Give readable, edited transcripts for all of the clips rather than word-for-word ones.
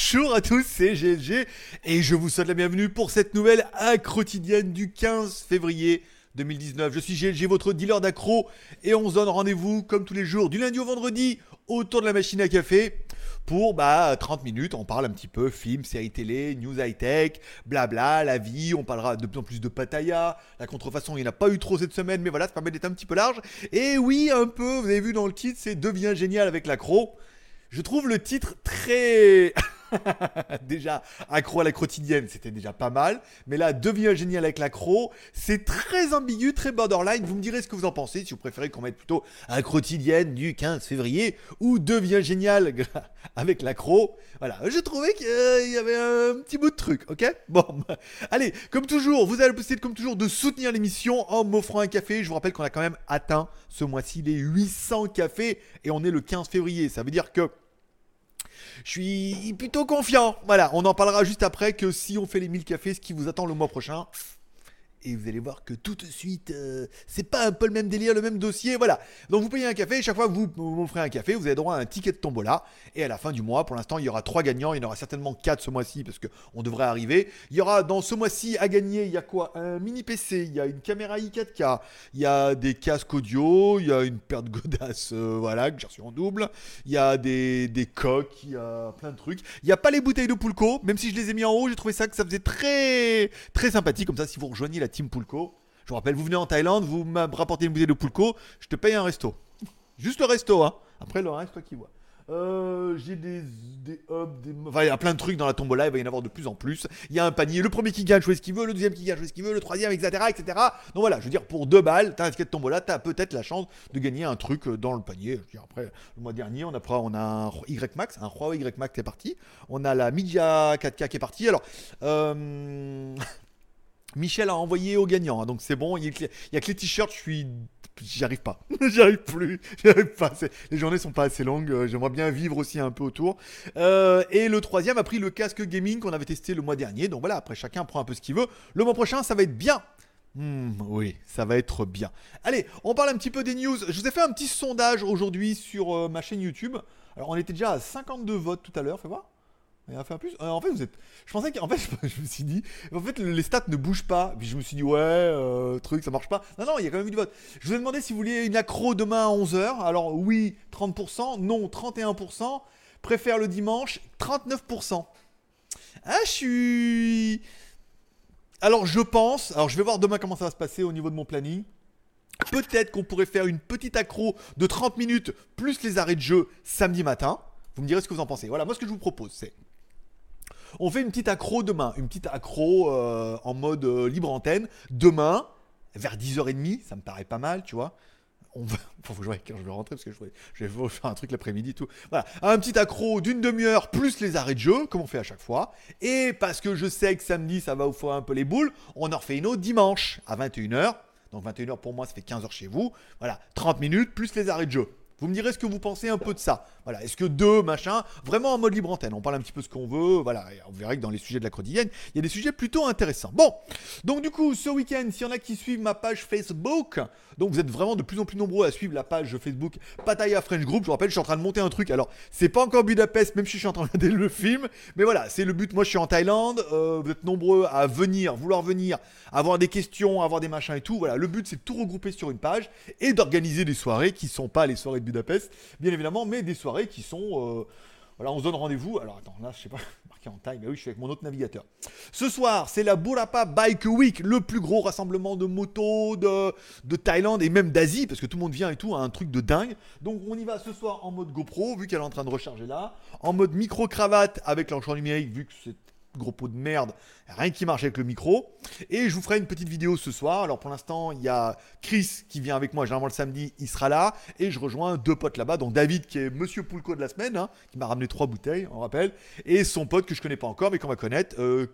Bonjour à tous, c'est GLG et je vous souhaite la bienvenue pour cette nouvelle quotidienne du 15 février 2019. Je suis GLG, votre dealer d'accro, et on se donne rendez-vous comme tous les jours du lundi au vendredi autour de la machine à café pour 30 minutes. On parle un petit peu films, séries télé, news high-tech, blabla, la vie. On parlera de plus en plus de Pattaya. La contrefaçon, il n'y en a pas eu trop cette semaine, mais voilà, ça permet d'être un petit peu large. Et oui, un peu, vous avez vu dans le titre, c'est Devient génial avec l'accro. Je trouve le titre très... déjà, accro à la quotidienne, c'était déjà pas mal. Mais là, Devient génial avec l'accro, c'est très ambigu, très borderline. Vous me direz ce que vous en pensez, si vous préférez qu'on mette plutôt à quotidienne du 15 février ou Devient génial avec l'accro. Voilà, je trouvais qu'il y avait un petit bout de truc, ok. Bon, allez, comme toujours, vous avez la possibilité, comme toujours, de soutenir l'émission en m'offrant un café. Je vous rappelle qu'on a quand même atteint ce mois-ci les 800 cafés et on est le 15 février. Ça veut dire que je suis plutôt confiant. Voilà, on en parlera juste après que si on fait les 1000 cafés, ce qui vous attend le mois prochain. Et vous allez voir que tout de suite, c'est pas un peu le même délire, le même dossier, voilà. Donc vous payez un café, et chaque fois que vous m'offrez un café, vous avez droit à un ticket de tombola. Et à la fin du mois, pour l'instant, il y aura 3 gagnants, il y en aura certainement 4 ce mois-ci, parce qu'on devrait arriver. Il y aura dans ce mois-ci à gagner, il y a quoi? Un mini PC, il y a une caméra i4K, il y a des casques audio, il y a une paire de godasses, voilà, que j'ai reçu en double. Il y a des coques, il y a plein de trucs. Il n'y a pas les bouteilles de Poulco, même si je les ai mis en haut, j'ai trouvé ça que ça faisait très, très sympathique. Comme ça, si vous rejoignez la team Poulco, je vous rappelle, vous venez en Thaïlande, vous me rapportez une bouteille de Poulco, je te paye un resto. Juste le resto, hein. Après, le reste, toi qui vois. J'ai des hubs, enfin, il y a plein de trucs dans la tombola, il va y en avoir de plus en plus. Il y a un panier, le premier qui gagne, choisit ce qu'il veut, le deuxième qui gagne, choisit ce qu'il veut, le troisième, etc., etc. Donc voilà, je veux dire, pour 2 balles, t'as un ticket de tombola, t'as peut-être la chance de gagner un truc dans le panier. Je veux dire, après, le mois dernier, on a un Y Max, un Huawei Y Max qui est parti. On a la Media 4K qui est partie. Alors, Michel a envoyé aux gagnants, hein, donc c'est bon. Il y a que les t-shirts, j'y arrive pas. J'y arrive plus. J'y arrive pas. Les journées sont pas assez longues. J'aimerais bien vivre aussi un peu autour. Et le troisième a pris le casque gaming qu'on avait testé le mois dernier. Donc voilà, après chacun prend un peu ce qu'il veut. Le mois prochain, ça va être bien. Oui, ça va être bien. Allez, on parle un petit peu des news. Je vous ai fait un petit sondage aujourd'hui sur ma chaîne YouTube. Alors on était déjà à 52 votes tout à l'heure. Fais voir. Il a fait un plus. En fait, je pensais qu'en fait, je me suis dit, en fait, les stats ne bougent pas. Puis je me suis dit, ouais, truc, ça marche pas. Non, non, il y a quand même eu du vote. Je vous ai demandé si vous vouliez une accro demain à 11h. Alors, oui, 30%. Non, 31%. Préfère le dimanche, 39%. Ah, je suis. Alors, je pense. Alors, je vais voir demain comment ça va se passer au niveau de mon planning. Peut-être qu'on pourrait faire une petite accro de 30 minutes plus les arrêts de jeu samedi matin. Vous me direz ce que vous en pensez. Voilà, moi, ce que je vous propose, c'est. On fait une petite accro demain, une petite accro en mode libre antenne. Demain, vers 10h30, ça me paraît pas mal, tu vois. Faut que je vois quand je vais rentrer parce que je vais faire un truc l'après-midi et tout. Voilà, un petit accro d'une demi-heure plus les arrêts de jeu, comme on fait à chaque fois. Et parce que je sais que samedi, ça va vous faire un peu les boules, on en refait une autre dimanche à 21h. Donc 21h pour moi, ça fait 15h chez vous. Voilà, 30 minutes plus les arrêts de jeu. Vous me direz ce que vous pensez un peu de ça. Voilà, est-ce que machin, vraiment en mode libre antenne, on parle un petit peu ce qu'on veut, voilà, et on verra que dans les sujets de la quotidienne, il y a des sujets plutôt intéressants. Bon, donc du coup, ce week-end, s'il y en a qui suivent ma page Facebook, donc vous êtes vraiment de plus en plus nombreux à suivre la page Facebook Pattaya French Group, je vous rappelle, je suis en train de monter un truc, alors c'est pas encore Budapest, même si je suis en train de regarder le film, mais voilà, c'est le but, moi je suis en Thaïlande, vous êtes nombreux à venir, vouloir venir, avoir des questions, avoir des machins et tout, voilà, le but c'est de tout regrouper sur une page et d'organiser des soirées qui sont pas les soirées de Budapest, bien évidemment, mais des soirées qui sont... voilà, on se donne rendez-vous. Alors attends, là, je sais pas, marqué en taille, mais oui, je suis avec mon autre navigateur. Ce soir, c'est la Burapa Bike Week, le plus gros rassemblement de motos de Thaïlande et même d'Asie, parce que tout le monde vient et tout, un truc de dingue. Donc on y va ce soir en mode GoPro, vu qu'elle est en train de recharger là, en mode micro-cravate avec l'enchant numérique, vu que c'est gros pot de merde, rien qui marche avec le micro. Et je vous ferai une petite vidéo ce soir. Alors pour l'instant, il y a Chris qui vient avec moi, généralement le samedi, il sera là. Et je rejoins 2 potes là-bas, donc David qui est Monsieur Poulco de la semaine, hein, qui m'a ramené 3 bouteilles, on rappelle. Et son pote que je connais pas encore, mais qu'on va connaître,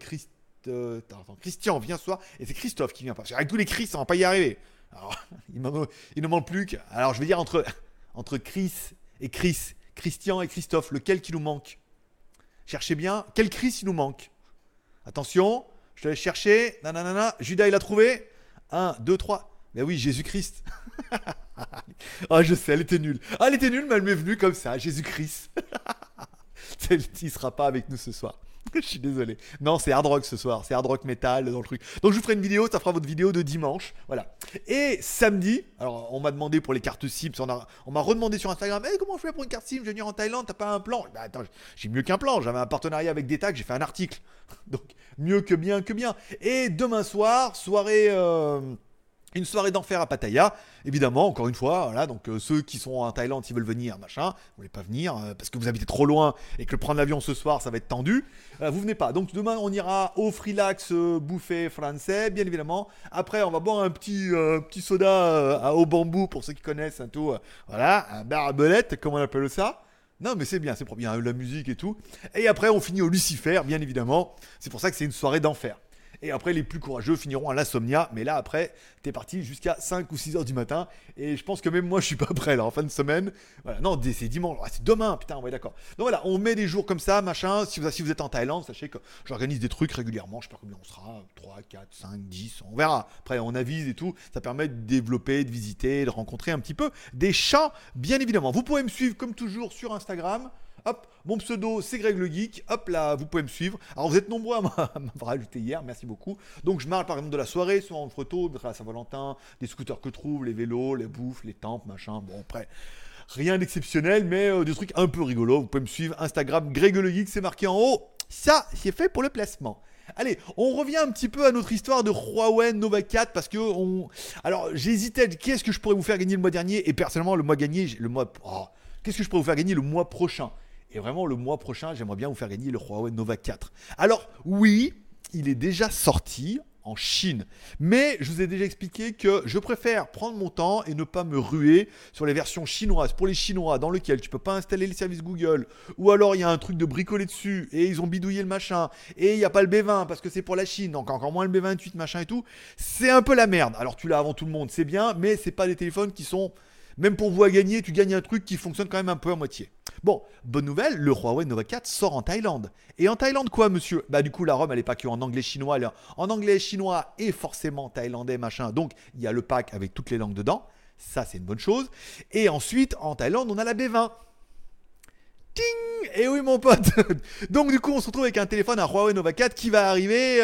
Christian vient ce soir. Et c'est Christophe qui vient pas. Avec tous les Chris, on va pas y arriver. Alors, il ne manque plus que... Alors je vais dire entre Chris et Christian et Christophe, lequel qui nous manque? Cherchez bien, quel Chris il nous manque? Attention, je te laisse chercher. Nanana. Judas, il a trouvé. 1, 2, 3. Mais oui, Jésus-Christ. Ah, je sais, elle était nulle. Ah, elle était nulle, mais elle m'est venue comme ça. Jésus-Christ. Il sera pas avec nous ce soir. Je suis désolé. Non, c'est hard rock ce soir. C'est hard rock metal dans le truc. Donc je vous ferai une vidéo, ça fera votre vidéo de dimanche. Voilà. Et samedi, alors on m'a demandé pour les cartes SIM, on m'a redemandé sur Instagram, comment je fais pour une carte SIM, je vais venir en Thaïlande, t'as pas un plan? Bah attends, j'ai mieux qu'un plan, j'avais un partenariat avec Détac, j'ai fait un article. Donc mieux que bien que bien. Et demain soir, une soirée d'enfer à Pattaya, évidemment, encore une fois, voilà, donc ceux qui sont en Thaïlande, s'ils veulent venir, machin, vous voulez pas venir, parce que vous habitez trop loin, et que prendre l'avion ce soir, ça va être tendu, vous venez pas. Donc demain, on ira au Freelax bouffer français, bien évidemment. Après, on va boire un petit soda au bambou, pour ceux qui connaissent, un tout, voilà, un bar à belette, comme on appelle ça. Non, mais c'est bien, c'est propre, il y a la musique et tout. Et après, on finit au Lucifer, bien évidemment. C'est pour ça que c'est une soirée d'enfer. Et après, les plus courageux finiront à l'Insomnia. Mais là, après, t'es parti jusqu'à 5 ou 6 heures du matin. Et je pense que même moi, je suis pas prêt là, en fin de semaine. Voilà. Non, c'est dimanche. Ah, c'est demain, putain, ouais, d'accord. Donc voilà, on met des jours comme ça, machin. Si vous êtes en Thaïlande, sachez que j'organise des trucs régulièrement. Je sais pas combien on sera. 3, 4, 5, 10. On verra. Après, on avise et tout. Ça permet de développer, de visiter, de rencontrer un petit peu des chats, bien évidemment. Vous pouvez me suivre comme toujours sur Instagram. Hop, mon pseudo c'est Greg le Geek. Hop là, vous pouvez me suivre. Alors vous êtes nombreux à m'avoir ajouté hier, merci beaucoup. Donc je parle par exemple de la soirée, soit en photo, de la Saint-Valentin, des scooters que je trouve, les vélos, les bouffes, les tempes, machin. Bon après, rien d'exceptionnel, mais des trucs un peu rigolos. Vous pouvez me suivre Instagram Greg le Geek, c'est marqué en haut. Ça, c'est fait pour le placement. Allez, on revient un petit peu à notre histoire de Huawei Nova 4 parce que alors j'hésitais, qu'est-ce que je pourrais vous faire gagner le mois dernier et personnellement qu'est-ce que je pourrais vous faire gagner le mois prochain? Et vraiment, le mois prochain, j'aimerais bien vous faire gagner le Huawei Nova 4. Alors, oui, il est déjà sorti en Chine. Mais je vous ai déjà expliqué que je préfère prendre mon temps et ne pas me ruer sur les versions chinoises. Pour les Chinois, dans lesquelles tu ne peux pas installer les services Google. Ou alors, il y a un truc de bricolé dessus et ils ont bidouillé le machin. Et il n'y a pas le B20 parce que c'est pour la Chine. Donc, encore moins le B28, machin et tout. C'est un peu la merde. Alors, tu l'as avant tout le monde, c'est bien. Mais c'est pas des téléphones qui sont... Même pour vous à gagner, tu gagnes un truc qui fonctionne quand même un peu à moitié. Bon, bonne nouvelle, le Huawei Nova 4 sort en Thaïlande. Et en Thaïlande quoi, monsieur? Bah du coup, la ROM, elle est pas que en anglais chinois, elle est en anglais chinois et forcément thaïlandais, machin. Donc, il y a le pack avec toutes les langues dedans. Ça, c'est une bonne chose. Et ensuite, en Thaïlande, on a la B20. Ting! Et oui, mon pote. Donc, du coup, on se retrouve avec un téléphone, un Huawei Nova 4 qui va arriver,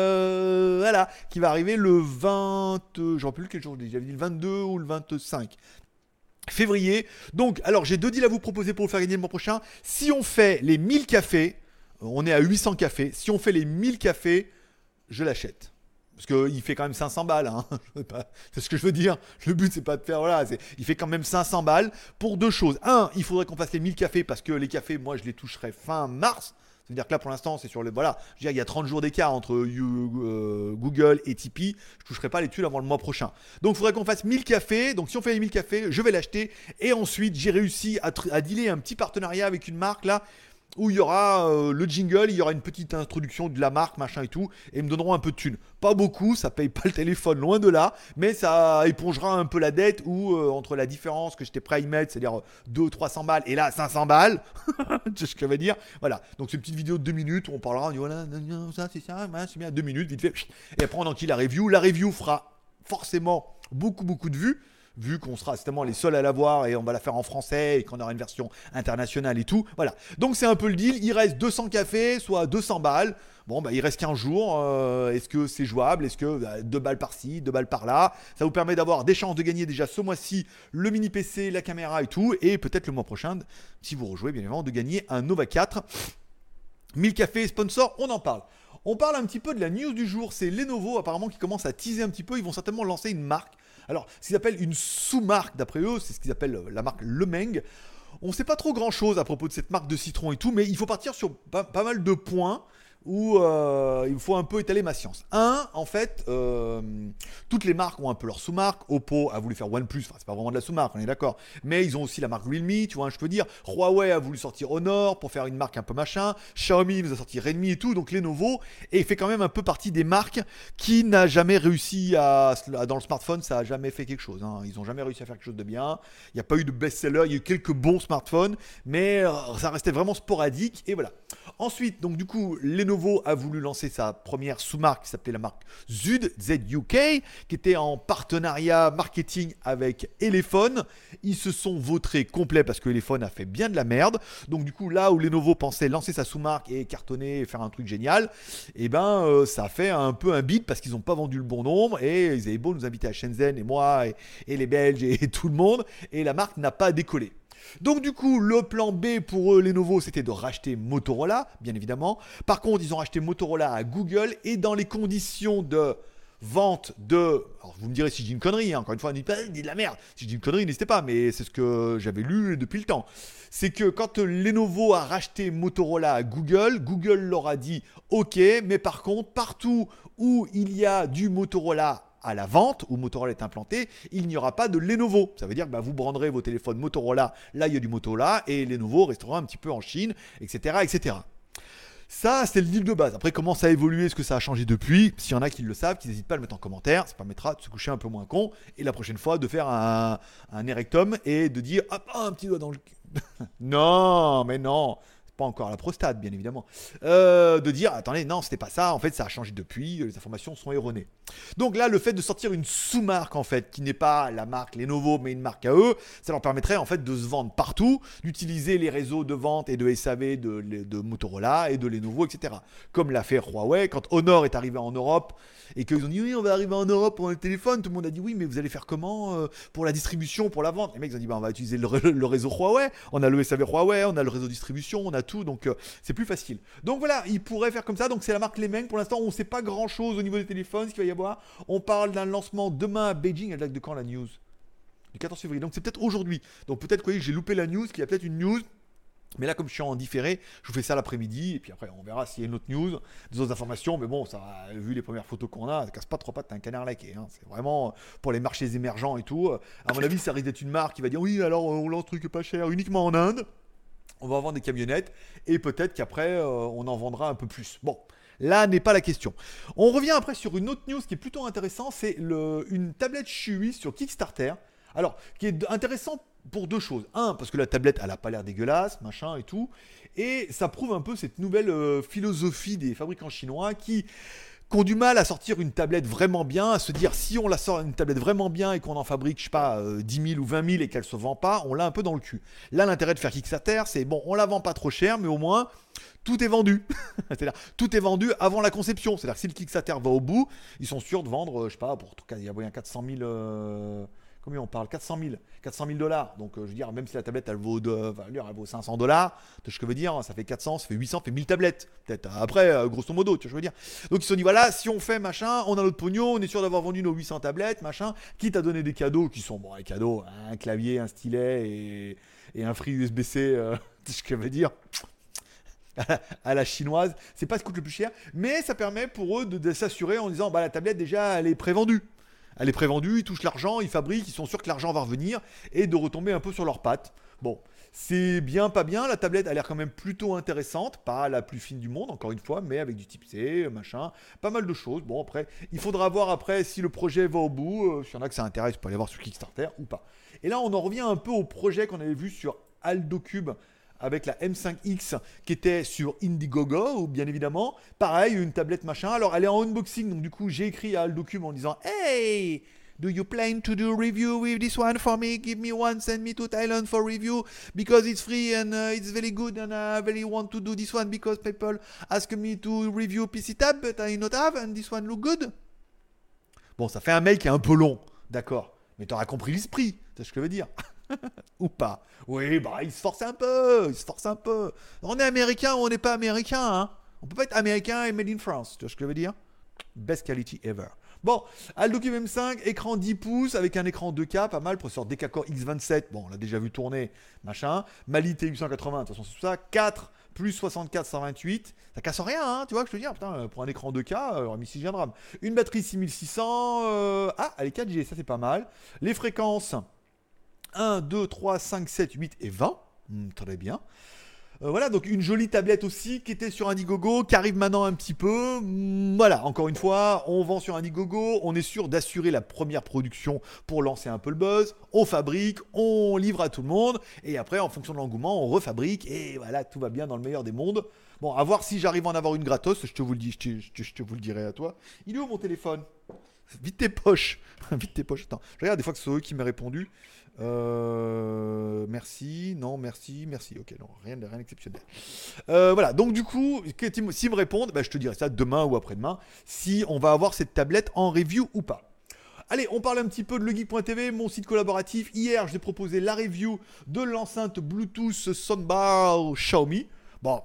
voilà, qui va arriver le 20, je ne sais plus quel jour, j'avais dit le 22 ou le 25. Février. Donc, alors j'ai deux deals à vous proposer pour vous faire gagner le mois prochain. Si on fait les 1000 cafés, on est à 800 cafés. Si on fait les 1000 cafés, je l'achète. Parce qu'il fait quand même 500 balles. Hein. C'est ce que je veux dire. Le but, c'est pas de faire. Voilà, il fait quand même 500 balles pour deux choses. Un, il faudrait qu'on fasse les 1000 cafés parce que les cafés, moi, je les toucherai fin mars. C'est-à-dire que là, pour l'instant, c'est sur le. Voilà, je veux dire, il y a 30 jours d'écart entre Google et Tipeee. Je ne toucherai pas les tuiles avant le mois prochain. Donc, il faudrait qu'on fasse 1000 cafés. Donc, si on fait les 1000 cafés, je vais l'acheter. Et ensuite, j'ai réussi à dealer un petit partenariat avec une marque là. Où il y aura le jingle, il y aura une petite introduction de la marque, machin et tout, et ils me donneront un peu de thunes. Pas beaucoup, ça paye pas le téléphone, loin de là, mais ça épongera un peu la dette, ou entre la différence que j'étais prêt à y mettre, c'est-à-dire 200 ou 300 balles, et là 500 balles, c'est ce que je veux dire. Voilà, donc c'est une petite vidéo de 2 minutes où on parlera, on dit voilà, ça c'est ça, c'est bien, 2 minutes, vite fait, et après on enquille la review. La review fera forcément beaucoup de vues, vu qu'on sera certainement les seuls à la voir et on va la faire en français et qu'on aura une version internationale et tout. Voilà. Donc c'est un peu le deal. Il reste 200 cafés, soit 200 balles. Bon, bah il reste 15 jours. Est-ce que c'est jouable? Est-ce que 2 balles par-ci, 2 balles par-là? Ça vous permet d'avoir des chances de gagner déjà ce mois-ci le mini PC, la caméra et tout. Et peut-être le mois prochain, si vous rejouez bien évidemment, de gagner un Nova 4. 1000 cafés sponsors, on en parle. On parle un petit peu de la news du jour. C'est Lenovo apparemment qui commence à teaser un petit peu. Ils vont certainement lancer une marque. Alors, ce qu'ils appellent une sous-marque, d'après eux, c'est ce qu'ils appellent la marque Lemeng. On ne sait pas trop grand-chose à propos de cette marque de citron et tout, mais il faut partir sur pas mal de points où il faut un peu étaler ma science. En fait, toutes les marques ont un peu leur sous-marque. Oppo a voulu faire OnePlus, enfin c'est pas vraiment de la sous-marque, on est d'accord. Mais ils ont aussi la marque Realme, tu vois, je peux dire. Huawei a voulu sortir Honor pour faire une marque un peu machin. Xiaomi nous a sorti Redmi et tout, donc Lenovo, et il fait quand même un peu partie des marques qui n'a jamais réussi dans le smartphone, ça a jamais fait quelque chose. Hein. Ils ont jamais réussi à faire quelque chose de bien. Il n'y a pas eu de best-seller, il y a eu quelques bons smartphones, mais ça restait vraiment sporadique, et voilà. Ensuite, donc du coup, Lenovo a voulu lancer sa première sous-marque qui s'appelait la marque ZUD, ZUK, qui était en partenariat marketing avec Elephone. Ils se sont vautrés complet parce que Elephone a fait bien de la merde. Donc du coup, là où Lenovo pensait lancer sa sous-marque et cartonner et faire un truc génial, et ça a fait un peu un bide parce qu'ils n'ont pas vendu le bon nombre et ils avaient beau nous inviter à Shenzhen et moi et les Belges et tout le monde et la marque n'a pas décollé. Donc du coup, le plan B pour eux, Lenovo, c'était de racheter Motorola, bien évidemment. Par contre, ils ont racheté Motorola à Google et dans les conditions de vente de... Alors vous me direz si je dis une connerie, hein. Encore une fois, on dit pas, dit de la merde. Si je dis une connerie, n'hésitez pas, mais c'est ce que j'avais lu depuis le temps. C'est que quand Lenovo a racheté Motorola à Google, Google leur a dit ok, mais par contre, partout où il y a du Motorola à la vente, où Motorola est implanté, il n'y aura pas de Lenovo. Ça veut dire que vous branderez vos téléphones Motorola, là il y a du Motorola, et Lenovo restera un petit peu en Chine, etc. etc. Ça, c'est le deal de base. Après, comment ça a évolué, est-ce que ça a changé depuis? S'il y en a qui le savent, qu'ils n'hésitent pas à le mettre en commentaire, ça permettra de se coucher un peu moins con, et la prochaine fois de faire un erectum et de dire hop, un petit doigt dans le cul. Non, mais non. Pas encore à la prostate, bien évidemment, de dire attendez, non, c'était pas ça, en fait, ça a changé depuis, les informations sont erronées. Donc là, le fait de sortir une sous-marque, en fait, qui n'est pas la marque Lenovo, mais une marque à eux, ça leur permettrait, en fait, de se vendre partout, d'utiliser les réseaux de vente et de SAV de Motorola et de Lenovo, etc. Comme l'a fait Huawei, quand Honor est arrivé en Europe, et qu'ils ont dit oui, on va arriver en Europe pour le téléphone, tout le monde a dit oui, mais vous allez faire comment pour la distribution, pour la vente? Les mecs ont dit on va utiliser le réseau Huawei, on a le SAV Huawei, on a le réseau distribution, on a tout, donc c'est plus facile. Donc voilà, ils pourraient faire comme ça, donc c'est la marque Lemeng. Pour l'instant, on ne sait pas grand chose au niveau des téléphones, ce qu'il va y avoir. On parle d'un lancement demain à Beijing. Elle date de quand la news? Du 14 février, donc c'est peut-être aujourd'hui. Donc peut-être que j'ai loupé la news, qu'il y a peut-être une news. Mais là, comme je suis en différé, je vous fais ça l'après-midi, et puis après, on verra s'il y a une autre news, des autres informations. Mais bon, ça, vu les premières photos qu'on a, ça casse pas trop pattes, t'as un canard laqué. Hein. C'est vraiment pour les marchés émergents et tout. À mon avis, ça risque d'être une marque qui va dire oui, alors on lance un truc pas cher uniquement en Inde. On va en vendre des camionnettes, et peut-être qu'après, on en vendra un peu plus. Bon. Là n'est pas la question. On revient après sur une autre news qui est plutôt intéressante, c'est une tablette Chewy sur Kickstarter. Alors, qui est intéressant pour deux choses. Un, parce que la tablette, elle n'a pas l'air dégueulasse, machin et tout. Et ça prouve un peu cette nouvelle philosophie des fabricants chinois qui ont du mal à sortir une tablette vraiment bien, à se dire si on la sort une tablette vraiment bien et qu'on en fabrique, je sais pas, 10 000 ou 20 000 et qu'elle se vend pas, on l'a un peu dans le cul. Là, l'intérêt de faire Kickstarter, c'est bon, on la vend pas trop cher, mais au moins, tout est vendu. C'est-à-dire, tout est vendu avant la conception. C'est-à-dire, si le Kickstarter va au bout, ils sont sûrs de vendre, je sais pas, pour il y a bien 400 000... combien on parle? 400 000 $. Donc, je veux dire, même si la tablette, elle vaut 500 $, tu vois ce que je veux dire, ça fait 400, ça fait 800, ça fait 1000 tablettes. Peut-être après, grosso modo, tu vois ce que je veux dire. Donc, ils se sont dit, voilà, si on fait machin, on a notre pognon, on est sûr d'avoir vendu nos 800 tablettes, machin, quitte à donner des cadeaux qui sont, bon, les cadeaux, un clavier, un stylet et un free USB-C, tu sais ce que je veux dire. À la chinoise, c'est pas ce qui coûte le plus cher, mais ça permet pour eux de s'assurer en disant, bah, la tablette, déjà, elle est prévendue. Elle est prévendue, ils touchent l'argent, ils fabriquent, ils sont sûrs que l'argent va revenir et de retomber un peu sur leurs pattes. Bon, c'est bien, pas bien. La tablette a l'air quand même plutôt intéressante, pas la plus fine du monde, encore une fois, mais avec du type C, machin, pas mal de choses. Bon, après, il faudra voir après si le projet va au bout, s'il y en a que ça intéresse, pour aller voir sur Kickstarter ou pas. Et là, on en revient un peu au projet qu'on avait vu sur AldoCube avec la M5X qui était sur Indiegogo, ou bien évidemment. Pareil, une tablette machin. Alors, elle est en unboxing, donc du coup, j'ai écrit à AldoCube en disant « Hey, do you plan to do review with this one for me? Give me one, send me to Thailand for review because it's free and it's very good and I really want to do this one because people ask me to review PC tab but I not have and this one look good. » Bon, ça fait un mail qui est un peu long, d'accord. Mais t'auras compris l'esprit, c'est ce que je veux dire. Ou pas. Oui, bah il se force un peu, On est américain ou on n'est pas américain, hein. On peut pas être américain et made in France, tu vois ce que je veux dire. Best quality ever. Bon, AldoCube M5, écran 10 pouces avec un écran 2K, pas mal, processeur Decacore X27, bon, on l'a déjà vu tourner, machin. Mali T880, de toute façon c'est tout ça, 4 plus 64 128, ça casse rien, hein, tu vois ce que je veux dire, putain, pour un écran 2K, j'aurais mis 6 Go de RAM. Une batterie 6600, elle est 4G, ça c'est pas mal. Les fréquences 1, 2, 3, 5, 7, 8 et 20. Très bien. Voilà, donc une jolie tablette aussi qui était sur Indiegogo, qui arrive maintenant un petit peu. Voilà, encore une fois, on vend sur Indiegogo, on est sûr d'assurer la première production pour lancer un peu le buzz. On fabrique, on livre à tout le monde, et après, en fonction de l'engouement, on refabrique, et voilà, tout va bien dans le meilleur des mondes. Bon, à voir si j'arrive à en avoir une gratos, je te vous le dis, je te vous le dirai à toi. Il est où mon téléphone? Vite tes poches. Vite tes poches. Attends, je regarde des fois que c'est eux qui m'ont répondu. Merci, non, merci, merci. Ok, non, rien d'exceptionnel. Voilà, donc du coup, s'ils me répondent, bah, je te dirai ça demain ou après-demain, si on va avoir cette tablette en review ou pas. Allez, on parle un petit peu de legeek.tv, mon site collaboratif. Hier, j'ai proposé la review de l'enceinte Bluetooth Soundbar Xiaomi. Bon,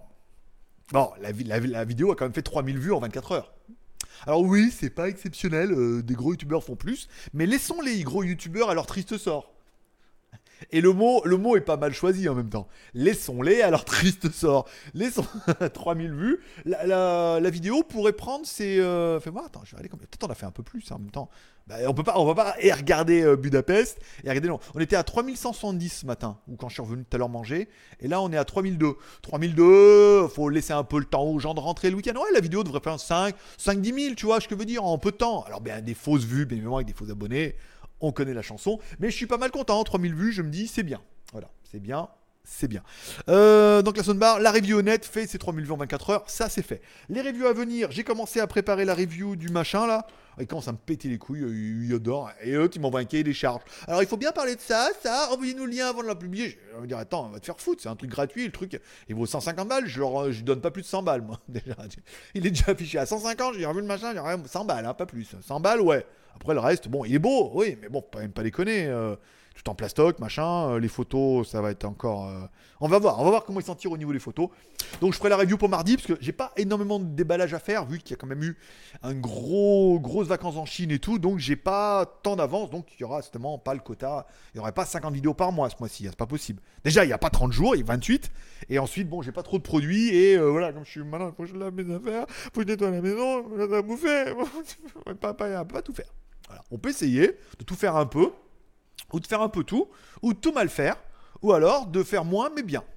la vidéo a quand même fait 3000 vues en 24 heures. Alors oui, c'est pas exceptionnel, des gros youtubeurs font plus, mais laissons les gros youtubeurs à leur triste sort. Et le mot est pas mal choisi en même temps. Laissons-les à leur triste sort. Laissons 3000 vues. La vidéo pourrait prendre ses. Fais voir, attends, je vais aller comme. Peut-être on a fait un peu plus en même temps. Bah, on va pas et regarder Budapest. Et regarder, non. On était à 3170 ce matin, ou quand je suis revenu tout à l'heure manger. Et là, on est à 3002. 3002, faut laisser un peu le temps aux gens de rentrer le week-end. Ouais, la vidéo devrait faire 5-10 000, tu vois ce que je veux dire, en peu de temps. Alors, bien, des fausses vues, bien évidemment, avec des faux abonnés. On connaît la chanson, mais je suis pas mal content, 3000 vues, je me dis c'est bien. Voilà, c'est bien, c'est bien. Donc la soundbar, la review honnête fait ses 3000 vues en 24 heures, ça c'est fait. Les reviews à venir, j'ai commencé à préparer la review du machin là. Il commence à me péter les couilles, il adore. Et l'autre, il m'envoie un cahier des charges. Alors, il faut bien parler de ça, envoyez-nous le lien avant de la publier. Je vais dire, attends, on va te faire foutre, c'est un truc gratuit, le truc, il vaut 150 balles, je lui donne pas plus de 100 balles, moi, déjà. Il est déjà affiché à 150, j'ai revu le machin, j'ai 100 balles, hein, pas plus. 100 balles, ouais. Après, le reste, bon, il est beau, oui, mais bon, pas même pas déconner. Tout en plastoc, machin, les photos, ça va être encore... On va voir comment ils s'en tirent au niveau des photos. Donc je ferai la review pour mardi, parce que j'ai pas énormément de déballage à faire, vu qu'il y a quand même eu grosses vacances en Chine et tout, donc j'ai pas tant d'avance, donc il y aura certainement pas le quota, il y aurait pas 50 vidéos par mois ce mois-ci, c'est pas possible. Déjà, il y a pas 30 jours, il y a 28, et ensuite, bon, j'ai pas trop de produits, et voilà, comme je suis malin, faut que je lave mes affaires, faut que je nettoie la maison, faut que je bouffer, on peut pas tout faire. Voilà. On peut essayer de tout faire un peu, ou de faire un peu tout, ou de tout mal faire, ou alors de faire moins mais bien.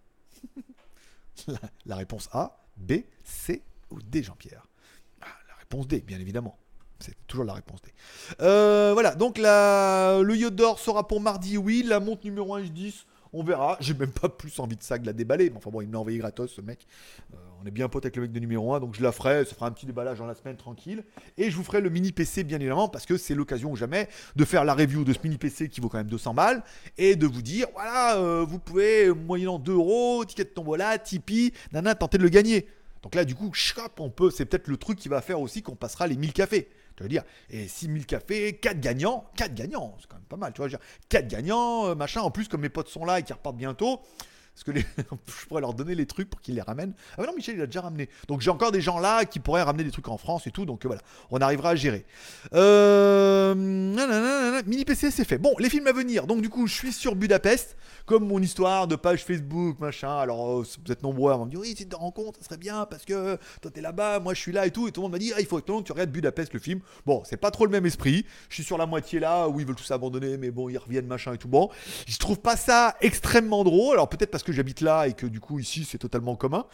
La réponse A, B, C ou D, Jean-Pierre. La réponse D, bien évidemment. C'est toujours la réponse D. Voilà, donc le yacht d'or sera pour mardi, oui. La montre numéro 1 H10, on verra. J'ai même pas plus envie de ça que de la déballer. Mais enfin bon, il me l'a envoyé gratos, ce mec. On est bien potes avec le mec de numéro 1, donc je la ferai. Ça fera un petit déballage dans la semaine, tranquille. Et je vous ferai le mini PC, bien évidemment, parce que c'est l'occasion ou jamais de faire la review de ce mini PC qui vaut quand même 200 balles. Et de vous dire, voilà, vous pouvez, moyennant 2 euros, ticket de tombola, Tipeee, tenter de le gagner. Donc là, du coup, c'est peut-être le truc qui va faire aussi qu'on passera les 1000 cafés. Tu veux dire, et 6000 cafés, 4 gagnants, c'est quand même pas mal, tu vois, 4 gagnants, machin, en plus, comme mes potes sont là et qu'ils repartent bientôt, parce que je pourrais leur donner les trucs pour qu'ils les ramènent. Ah mais non, Michel, il a déjà ramené. Donc j'ai encore des gens là qui pourraient ramener des trucs en France et tout, donc voilà, on arrivera à gérer. Mini PC, c'est fait. Bon, les films à venir, donc du coup, je suis sur Budapest, comme mon histoire de page Facebook, machin. Alors, vous êtes nombreux à me dire, oui, si tu te rends compte, ça serait bien, parce que toi, t'es là-bas, moi, je suis là et tout. Et tout le monde m'a dit, il faut que tu regardes Budapest, le film. Bon, c'est pas trop le même esprit. Je suis sur la moitié là, où ils veulent tous abandonner, mais bon, ils reviennent, machin et tout. Bon, je trouve pas ça extrêmement drôle. Alors, peut-être parce que j'habite là et que du coup, ici, c'est totalement commun.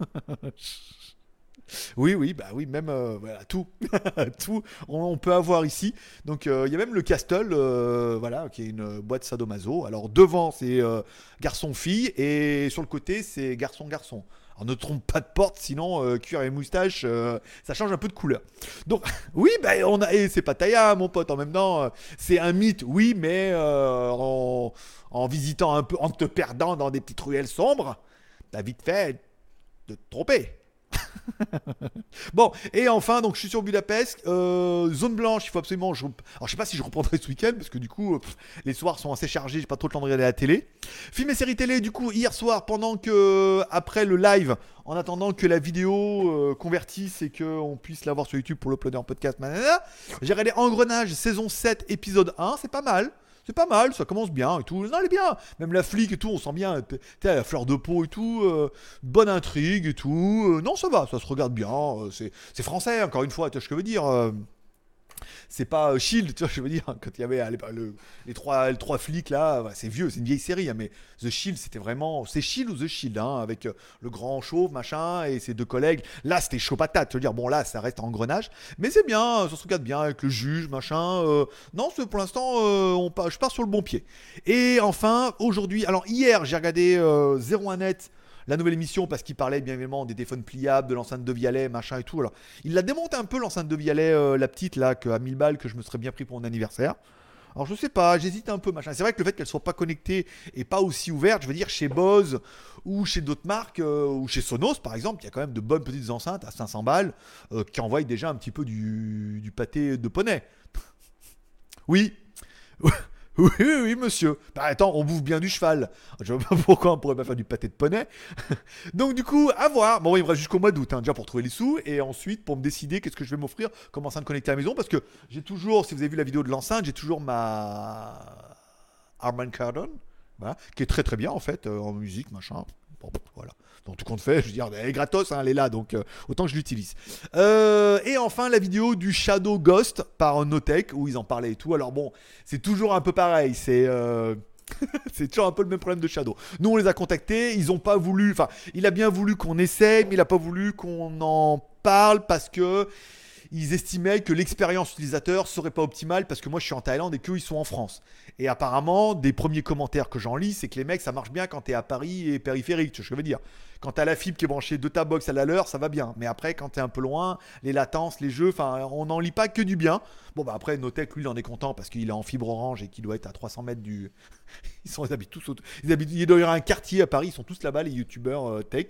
Oui, bah oui, même voilà, tout, tout, on peut avoir ici. Donc il y a même le Castle, voilà, qui est une boîte sadomaso. Alors devant c'est garçon-fille et sur le côté c'est garçon-garçon. Alors ne trompe pas de porte, sinon cuir et moustache, ça change un peu de couleur. Donc oui, bah et c'est pas Taya, mon pote. En même temps, c'est un mythe, oui, mais en visitant un peu, en te perdant dans des petites ruelles sombres, t'as vite fait de te tromper. Bon, et enfin, donc je suis sur Budapest, zone blanche, il faut absolument. Alors, je sais pas si je reprendrai ce week-end parce que du coup, les soirs sont assez chargés, j'ai pas trop le temps de regarder la télé. Film et série télé, du coup, hier soir, après le live, en attendant que la vidéo convertisse et qu'on puisse l'avoir sur YouTube pour l'uploader en podcast, j'ai regardé Engrenage saison 7, épisode 1, c'est pas mal. C'est pas mal, ça commence bien et tout. Non, elle est bien. Même la flic et tout, on sent bien. T'es à la fleur de peau et tout. Bonne intrigue et tout. Non, ça va, ça se regarde bien. C'est français, encore une fois, tu vois ce que je veux dire. C'est pas Shield, tu vois, je veux dire, quand il y avait les trois flics là, c'est vieux, c'est une vieille série, hein, mais The Shield, c'était vraiment. C'est Shield ou The Shield, hein, avec le grand chauve, machin, et ses deux collègues. Là, c'était chaud patate, je veux dire, bon, là, ça reste en engrenage, mais c'est bien, ça se regarde bien avec le juge, machin. Non, pour l'instant, je pars sur le bon pied. Et enfin, aujourd'hui, alors hier, j'ai regardé 01net la nouvelle émission parce qu'il parlait bien évidemment des téléphones pliables, de l'enceinte de Vialet, machin et tout. Alors, il l'a démonté un peu l'enceinte de Vialet, la petite là, à 1000 balles que je me serais bien pris pour mon anniversaire. Alors je sais pas, j'hésite un peu, machin. C'est vrai que le fait qu'elle soit pas connectée et pas aussi ouverte, je veux dire chez Bose ou chez d'autres marques, ou chez Sonos par exemple, il y a quand même de bonnes petites enceintes à 500 balles qui envoient déjà un petit peu du pâté de poney. Oui. Oui, oui, oui, monsieur. Bah, attends, on bouffe bien du cheval. Je vois pas pourquoi on pourrait pas faire du pâté de poney. Donc, du coup, à voir. Bon, il me reste jusqu'au mois d'août, hein, déjà pour trouver les sous. Et ensuite, pour me décider qu'est-ce que je vais m'offrir comme enceinte connectée à la maison. Parce que j'ai toujours, si vous avez vu la vidéo de l'enceinte, j'ai toujours ma Harman Kardon, voilà, qui est très très bien en fait, en musique, machin. Bon, voilà. Dans tout compte fait, je veux dire, elle est gratos, hein, elle est là, donc autant que je l'utilise. Et enfin, la vidéo du Shadow Ghost par Notech, où ils en parlaient et tout. Alors bon, c'est toujours un peu pareil, c'est toujours un peu le même problème de Shadow. Nous, on les a contactés, ils ont pas voulu, enfin, il a bien voulu qu'on essaie, mais il a pas voulu qu'on en parle parce que ils estimaient que l'expérience utilisateur serait pas optimale parce que moi je suis en Thaïlande et qu'eux ils sont en France. Et apparemment, des premiers commentaires que j'en lis, c'est que les mecs ça marche bien quand t'es à Paris et périphérique, tu vois ce que je veux dire. Quand t'as la fibre qui est branchée de ta box à la leur, ça va bien. Mais après, quand t'es un peu loin, les latences, les jeux, enfin, on n'en lit pas que du bien. Bon, bah après, Notech, lui, il en est content parce qu'il est en fibre orange et qu'il doit être à 300 mètres du. Ils habitent tous autour. Il doit y avoir un quartier à Paris, ils sont tous là-bas, les youtubeurs tech.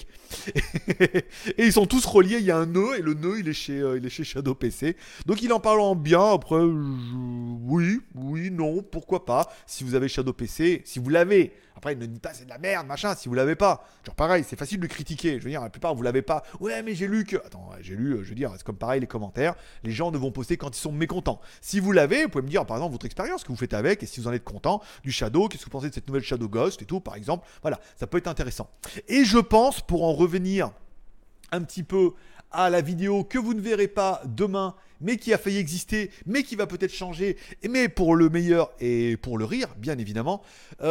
Et ils sont tous reliés, il y a un nœud et le nœud, il est chez Shadow PC. Donc, il en parle en bien. Après, oui, oui, non, pourquoi pas. Si vous avez Shadow PC, si vous l'avez. Après, il ne dit pas c'est de la merde, machin, si vous l'avez pas. Genre pareil, c'est facile de critiquer. Je veux dire, la plupart, vous l'avez pas. Ouais, mais j'ai lu que. Attends, j'ai lu, je veux dire, c'est comme pareil, les commentaires. Les gens ne vont poster quand ils sont mécontents. Si vous l'avez, vous pouvez me dire, par exemple, votre expérience, ce que vous faites avec, et si vous en êtes content, du Shadow, qu'est-ce que vous pensez de cette nouvelle Shadow Ghost et tout, par exemple. Voilà, ça peut être intéressant. Et je pense, pour en revenir un petit peu à la vidéo que vous ne verrez pas demain, mais qui a failli exister, mais qui va peut-être changer, mais pour le meilleur et pour le rire, bien évidemment,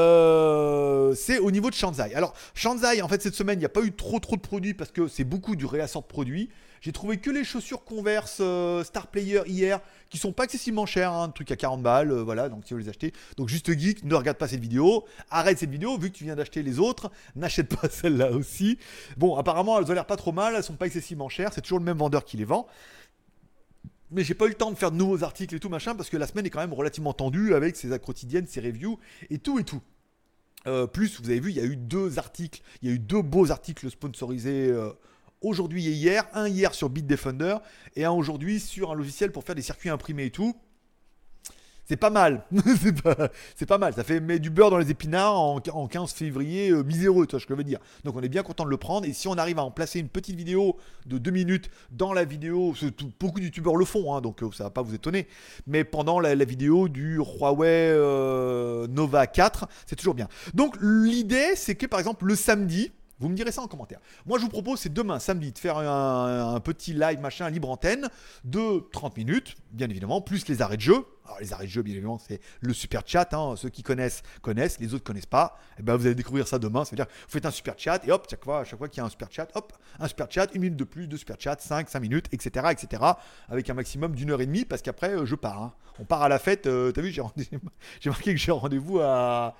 c'est au niveau de Shanzai. Alors, Shanzai, en fait, cette semaine, il n'y a pas eu trop de produits parce que c'est beaucoup du réassort de produits. J'ai trouvé que les chaussures Converse Star Player hier, qui sont pas excessivement chères, hein, un truc à 40 balles, voilà, donc si vous les achetez. Donc juste geek, ne regarde pas cette vidéo, arrête cette vidéo, vu que tu viens d'acheter les autres, n'achète pas celle-là aussi. Bon, apparemment, elles ont l'air pas trop mal, elles sont pas excessivement chères, c'est toujours le même vendeur qui les vend. Mais j'ai pas eu le temps de faire de nouveaux articles et tout machin, parce que la semaine est quand même relativement tendue avec ses actes quotidiennes, ses reviews et tout et tout. Plus, vous avez vu, il y a eu deux articles, il y a eu deux beaux articles sponsorisés aujourd'hui et hier. Un hier sur Bitdefender et un aujourd'hui sur un logiciel pour faire des circuits imprimés et tout. C'est pas mal. c'est pas mal. Ça fait met du beurre dans les épinards en 15 février miséreux, tu vois ce que je veux dire. Donc on est bien content de le prendre. Et si on arrive à en placer une petite vidéo de 2 minutes dans la vidéo, beaucoup de youtubeurs le font, hein, donc ça va pas vous étonner. Mais pendant la vidéo du Huawei Nova 4, c'est toujours bien. Donc l'idée, c'est que par exemple le samedi, vous me direz ça en commentaire. Moi, je vous propose, c'est demain, samedi, de faire un petit live, machin, libre antenne, de 30 minutes, bien évidemment, plus les arrêts de jeu. Alors, les arrêts de jeu, bien évidemment, c'est le super chat. Hein. Ceux qui connaissent, les autres connaissent pas. Et ben, vous allez découvrir ça demain. Ça veut dire, vous faites un super chat, et hop, chaque fois qu'il y a un super chat, hop, un super chat, 1 minute de plus, 2 super chats, 5 minutes, etc., etc., avec un maximum d'1h30, parce qu'après, je pars. Hein. On part à la fête. T'as vu, j'ai marqué que j'ai rendez-vous à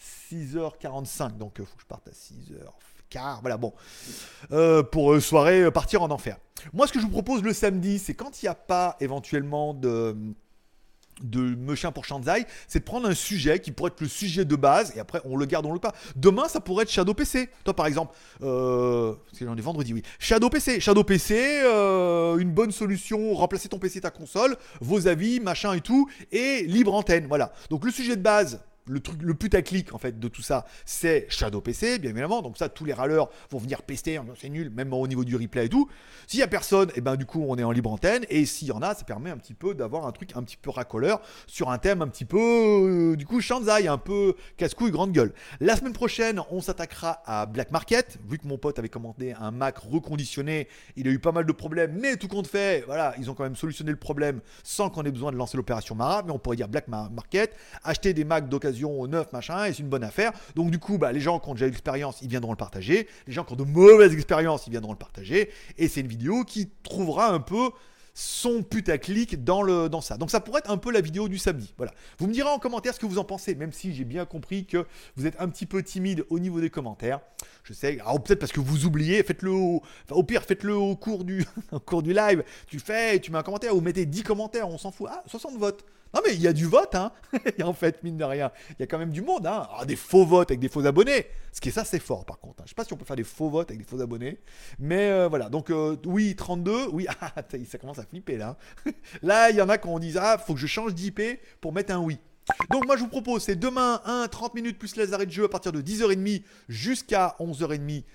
6h45, donc il faut que je parte à 6h. Voilà, bon, pour soirée, partir en enfer. Moi, ce que je vous propose le samedi, c'est quand il n'y a pas éventuellement de machin pour Shanzai, c'est de prendre un sujet qui pourrait être le sujet de base et après on le garde, on le pas. Demain, ça pourrait être Shadow PC. Toi, par exemple, parce que j'en ai vendredi, oui. Shadow PC, une bonne solution, remplacer ton PC, ta console, vos avis, machin et tout, et libre antenne. Voilà. Donc le sujet de base. le truc, le putaclic en fait de tout ça, c'est Shadow PC, bien évidemment. Donc ça, tous les râleurs vont venir pester, c'est nul, même au niveau du replay et tout. S'il y a personne, et ben du coup on est en libre antenne. Et s'il y en a, ça permet un petit peu d'avoir un truc un petit peu racoleur sur un thème un petit peu, du coup Shanzai, un peu casse-couille, grande gueule. La semaine prochaine, on s'attaquera à Black Market. Vu que mon pote avait commandé un Mac reconditionné, il a eu pas mal de problèmes, mais tout compte fait, voilà, ils ont quand même solutionné le problème sans qu'on ait besoin de lancer l'opération Mara. Mais on pourrait dire Black Market, acheter des Macs d'occasion neuf machin, et c'est une bonne affaire. Donc du coup, les gens qui ont déjà eu l'expérience, ils viendront le partager. Les gens qui ont de mauvaises expériences, ils viendront le partager. Et c'est une vidéo qui trouvera un peu son putaclic dans ça. Donc ça pourrait être un peu la vidéo du samedi. Voilà. Vous me direz en commentaire ce que vous en pensez, même si j'ai bien compris que vous êtes un petit peu timide au niveau des commentaires. Je sais, alors peut-être parce que vous oubliez, faites-le au pire, faites-le au cours du live. Tu fais, tu mets un commentaire, vous mettez 10 commentaires, on s'en fout. Ah, 60 votes. Non mais il y a du vote, hein. En fait, mine de rien, il y a quand même du monde, hein. Alors, des faux votes avec des faux abonnés. Ce qui est ça, c'est fort par contre. Je sais pas si on peut faire des faux votes avec des faux abonnés. Mais voilà, donc oui, 32. Oui, ça commence à flipper là. Là, il y en a qui ont dit, faut que je change d'IP pour mettre un oui. Donc moi je vous propose, c'est demain 30 minutes plus les arrêts de jeu à partir de 10h30 jusqu'à 11h30.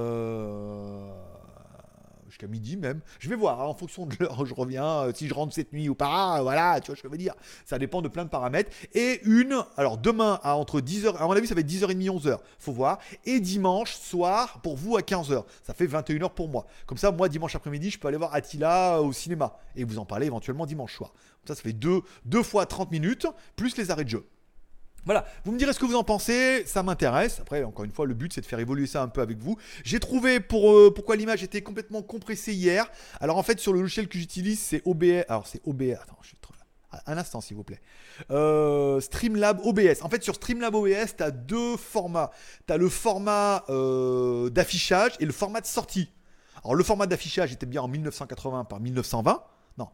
Jusqu'à midi même. Je vais voir, hein, en fonction de l'heure, je reviens, si je rentre cette nuit ou pas, voilà, tu vois ce que je veux dire. Ça dépend de plein de paramètres. Et alors demain à entre 10h, à mon avis ça va être 10h30, 11h, faut voir. Et dimanche soir, pour vous à 15h. Ça fait 21h pour moi. Comme ça, moi dimanche après-midi, je peux aller voir Attila au cinéma. Et vous en parler éventuellement dimanche soir. Comme ça fait deux fois 30 minutes, plus les arrêts de jeu. Voilà, vous me direz ce que vous en pensez, ça m'intéresse. Après, encore une fois, le but c'est de faire évoluer ça un peu avec vous. J'ai trouvé pourquoi l'image était complètement compressée hier. Alors en fait, sur le logiciel que j'utilise, c'est OBS. Alors c'est OBS. Attends, je suis trop là. Un instant, s'il vous plaît. Streamlab OBS. En fait, sur Streamlab OBS, tu as deux formats. Tu as le format d'affichage et le format de sortie. Alors le format d'affichage était bien en 1980 par 1920. Non,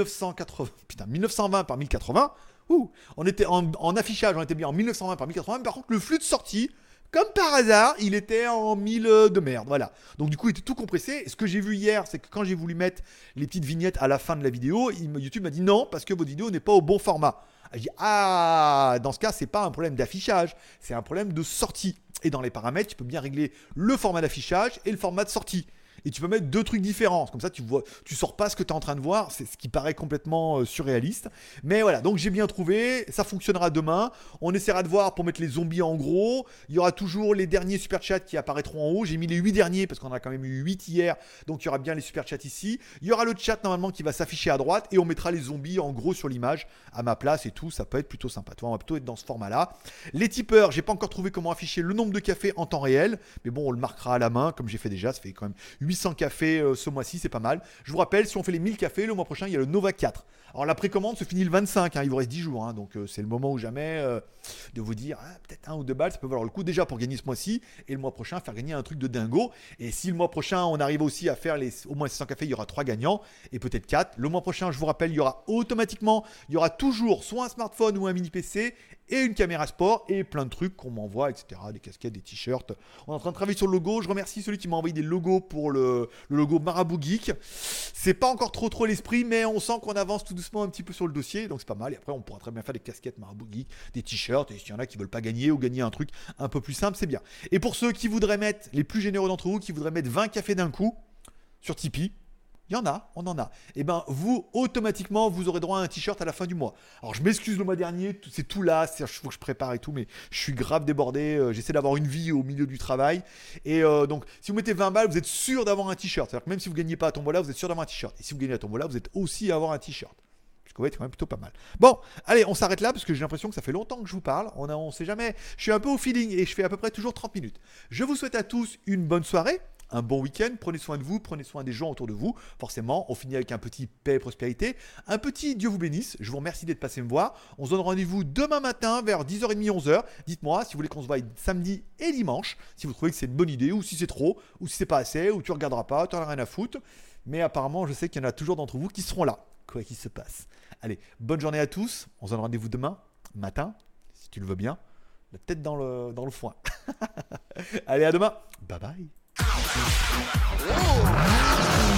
1920 par 1080. On était en affichage, on était bien en 1920 par 1080. Par contre, le flux de sortie, comme par hasard, il était en 1000 de merde. Voilà. Donc, du coup, il était tout compressé. Et ce que j'ai vu hier, c'est que quand j'ai voulu mettre les petites vignettes à la fin de la vidéo, YouTube m'a dit non, parce que votre vidéo n'est pas au bon format. J'ai dit, dans ce cas, c'est pas un problème d'affichage, c'est un problème de sortie. Et dans les paramètres, tu peux bien régler le format d'affichage et le format de sortie. Et tu peux mettre deux trucs différents. Comme ça, tu sors pas ce que tu es en train de voir. C'est ce qui paraît complètement surréaliste. Mais voilà, donc j'ai bien trouvé. Ça fonctionnera demain. On essaiera de voir pour mettre les zombies en gros. Il y aura toujours les derniers super chats qui apparaîtront en haut. J'ai mis les 8 derniers parce qu'on a quand même eu 8 hier. Donc il y aura bien les super chats ici. Il y aura le chat normalement qui va s'afficher à droite. Et on mettra les zombies en gros sur l'image à ma place et tout. Ça peut être plutôt sympa. Tu vois, on va plutôt être dans ce format-là. Les tipeurs, j'ai pas encore trouvé comment afficher le nombre de cafés en temps réel. Mais bon, on le marquera à la main comme j'ai fait déjà. Ça fait quand même 800 cafés ce mois-ci, c'est pas mal. Je vous rappelle, si on fait les 1000 cafés, le mois prochain, il y a le Nova 4. Alors la précommande se finit le 25, il vous reste 10 jours. Donc c'est le moment ou jamais de vous dire, peut-être 1 ou 2 balles, ça peut valoir le coup déjà pour gagner ce mois-ci. Et le mois prochain, faire gagner un truc de dingo. Et si le mois prochain, on arrive aussi à faire au moins 600 cafés, il y aura 3 gagnants. Et peut-être 4. Le mois prochain, je vous rappelle, il y aura toujours soit un smartphone ou un mini PC et une caméra sport et plein de trucs qu'on m'envoie, etc. Des casquettes, des t-shirts. On est en train de travailler sur le logo. Je remercie celui qui m'a envoyé des logos pour le logo Marabout Geek. C'est pas encore trop l'esprit, mais on sent qu'on avance tout doucement un petit peu sur le dossier, donc c'est pas mal. Et après, on pourra très bien faire des casquettes Marabout Geek, des t-shirts, et s'il y en a qui veulent pas gagner ou gagner un truc un peu plus simple, c'est bien. Et pour ceux qui voudraient mettre, les plus généreux d'entre vous, qui voudraient mettre 20 cafés d'un coup sur Tipeee, il y en a, on en a. Et ben vous, automatiquement, vous aurez droit à un t-shirt à la fin du mois. Alors je m'excuse le mois dernier, c'est tout là, il faut que je prépare et tout, mais je suis grave débordé, j'essaie d'avoir une vie au milieu du travail. Et donc si vous mettez 20 balles, vous êtes sûr d'avoir un t-shirt. C'est-à-dire que même si vous ne gagnez pas à Tombola, vous êtes sûr d'avoir un t-shirt. Et si vous gagnez à Tombola, vous êtes aussi à avoir un t-shirt. Parce que ouais, c'est quand même plutôt pas mal. Bon, allez, on s'arrête là parce que j'ai l'impression que ça fait longtemps que je vous parle. On sait jamais. Je suis un peu au feeling et je fais à peu près toujours 30 minutes. Je vous souhaite à tous une bonne soirée. Un bon week-end, prenez soin de vous, prenez soin des gens autour de vous. Forcément, on finit avec un petit paix et prospérité. Un petit Dieu vous bénisse. Je vous remercie d'être passé me voir. On se donne rendez-vous demain matin vers 10h30, 11h. Dites-moi si vous voulez qu'on se voie samedi et dimanche, si vous trouvez que c'est une bonne idée, ou si c'est trop, ou si c'est pas assez, ou tu regarderas pas, tu n'en as rien à foutre. Mais apparemment, je sais qu'il y en a toujours d'entre vous qui seront là, quoi qu'il se passe. Allez, bonne journée à tous. On se donne rendez-vous demain matin, si tu le veux bien. La tête dans le foin. Allez, à demain. Bye bye. Whoa.